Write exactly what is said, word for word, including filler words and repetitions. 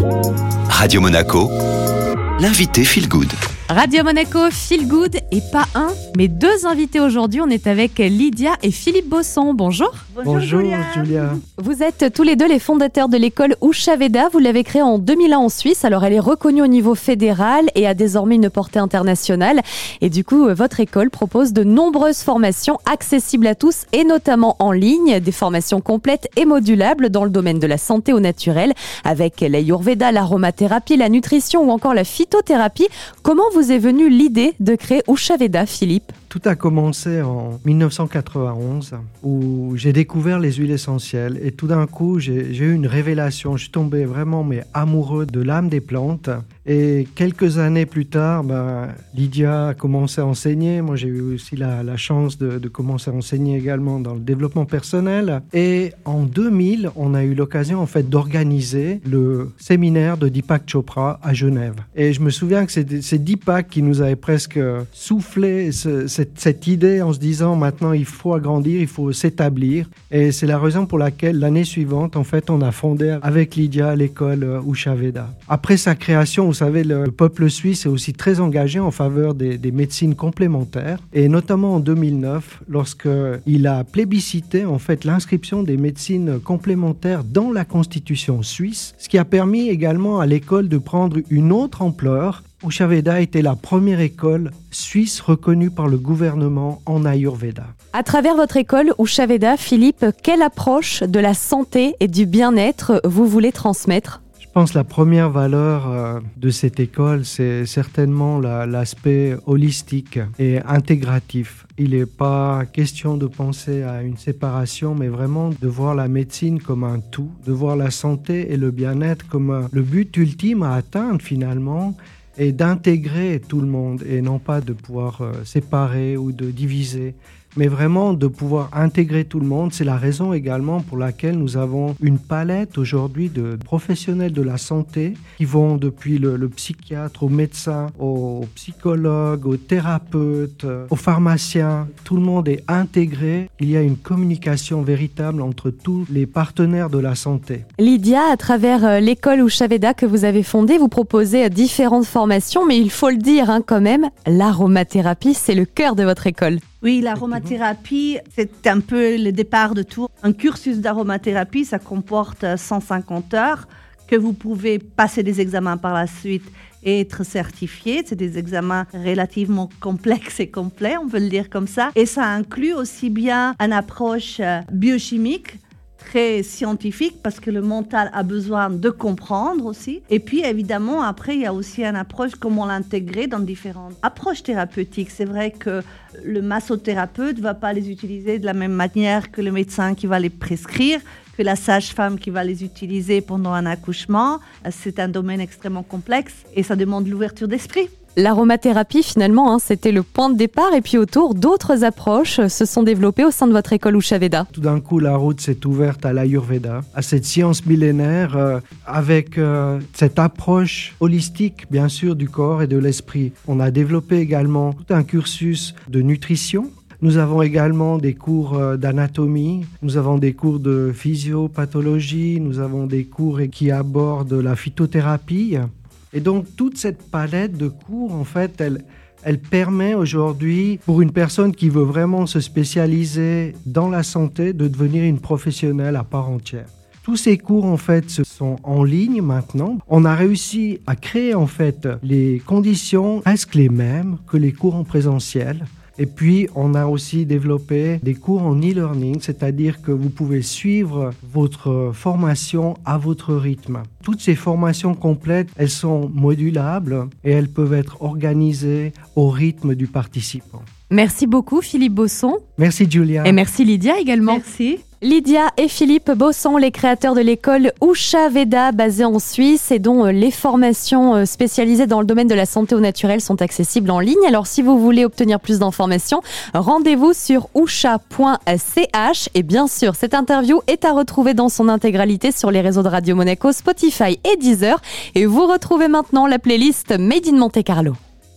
Radio Monaco, l'invité Feel Good. Radio Monaco, Feel Good, et pas un, mais deux invités aujourd'hui. On est avec Lydia et Philippe Bosson. Bonjour. Bonjour, Bonjour Julia. Julia. Vous êtes tous les deux les fondateurs de l'école Usha Veda. Vous l'avez créée en deux mille un en Suisse. Alors elle est reconnue au niveau fédéral et a désormais une portée internationale. Et du coup, votre école propose de nombreuses formations accessibles à tous et notamment en ligne. Des formations complètes et modulables dans le domaine de la santé au naturel avec l'Ayurveda, l'aromathérapie, la nutrition ou encore la phytothérapie. Comment vous est venue l'idée de créer Usha Veda, Philippe ? Tout a commencé en dix-neuf cent quatre-vingt-onze où j'ai découvert les huiles essentielles et tout d'un coup j'ai, j'ai eu une révélation. Je suis tombé vraiment mais amoureux de l'âme des plantes et quelques années plus tard, ben, Lydia a commencé à enseigner. Moi j'ai eu aussi la, la chance de, de commencer à enseigner également dans le développement personnel et en deux mille on a eu l'occasion en fait d'organiser le séminaire de Deepak Chopra à Genève et je me souviens que c'est, c'est Deepak qui nous avait presque soufflé ce, cette cette idée en se disant maintenant il faut agrandir, il faut s'établir et c'est la raison pour laquelle l'année suivante en fait on a fondé avec Lydia l'école Usha Veda. Après sa création, vous savez, le peuple suisse est aussi très engagé en faveur des, des médecines complémentaires et notamment en deux mille neuf lorsqu'il a plébiscité en fait l'inscription des médecines complémentaires dans la constitution suisse, ce qui a permis également à l'école de prendre une autre ampleur. Usha Veda était la première école suisse reconnue par le gouvernement en Ayurveda. À travers votre école Usha Veda, Philippe, quelle approche de la santé et du bien-être vous voulez transmettre ? Je pense que la première valeur euh, de cette école, c'est certainement la, l'aspect holistique et intégratif. Il n'est pas question de penser à une séparation, mais vraiment de voir la médecine comme un tout, de voir la santé et le bien-être comme un, le but ultime à atteindre finalement, et d'intégrer tout le monde et non pas de pouvoir euh, séparer ou de diviser, mais vraiment de pouvoir intégrer tout le monde. C'est la raison également pour laquelle nous avons une palette aujourd'hui de professionnels de la santé qui vont depuis le, le psychiatre, au médecin, au psychologue, au thérapeute, aux pharmaciens. Tout le monde est intégré. Il y a une communication véritable entre tous les partenaires de la santé. Lydia, à travers l'école Usha Veda que vous avez fondée, vous proposez différentes formations, mais il faut le dire hein, quand même, l'aromathérapie, c'est le cœur de votre école. Oui, l'aromathérapie, c'est un peu le départ de tout. Un cursus d'aromathérapie, ça comporte cent cinquante heures que vous pouvez passer des examens par la suite et être certifié. C'est des examens relativement complexes et complets, on peut le dire comme ça. Et ça inclut aussi bien une approche biochimique, très scientifique parce que le mental a besoin de comprendre aussi. Et puis évidemment, après, il y a aussi une approche, comment l'intégrer dans différentes approches thérapeutiques. C'est vrai que le massothérapeute ne va pas les utiliser de la même manière que le médecin qui va les prescrire, que la sage-femme qui va les utiliser pendant un accouchement. C'est un domaine extrêmement complexe et ça demande l'ouverture d'esprit. L'aromathérapie, finalement, hein, c'était le point de départ et puis autour, d'autres approches se sont développées au sein de votre école Usha Veda. Tout d'un coup, la route s'est ouverte à l'Ayurveda, à cette science millénaire euh, avec euh, cette approche holistique, bien sûr, du corps et de l'esprit. On a développé également tout un cursus de nutrition. Nous avons également des cours d'anatomie, nous avons des cours de physiopathologie, nous avons des cours qui abordent la phytothérapie. Et donc, toute cette palette de cours, en fait, elle, elle permet aujourd'hui, pour une personne qui veut vraiment se spécialiser dans la santé, de devenir une professionnelle à part entière. Tous ces cours, en fait, sont en ligne maintenant. On a réussi à créer, en fait, les conditions presque les mêmes que les cours en présentiel. Et puis, on a aussi développé des cours en e-learning, c'est-à-dire que vous pouvez suivre votre formation à votre rythme. Toutes ces formations complètes, elles sont modulables et elles peuvent être organisées au rythme du participant. Merci beaucoup Philippe Bosson. Merci Julia. Et merci Lydia également. Merci. Lydia et Philippe Bosson, les créateurs de l'école Usha Veda basée en Suisse et dont les formations spécialisées dans le domaine de la santé au naturel sont accessibles en ligne. Alors si vous voulez obtenir plus d'informations, rendez-vous sur usha point c h et bien sûr cette interview est à retrouver dans son intégralité sur les réseaux de Radio Monaco, Spotify et Deezer et vous retrouvez maintenant la playlist Made in Monte Carlo.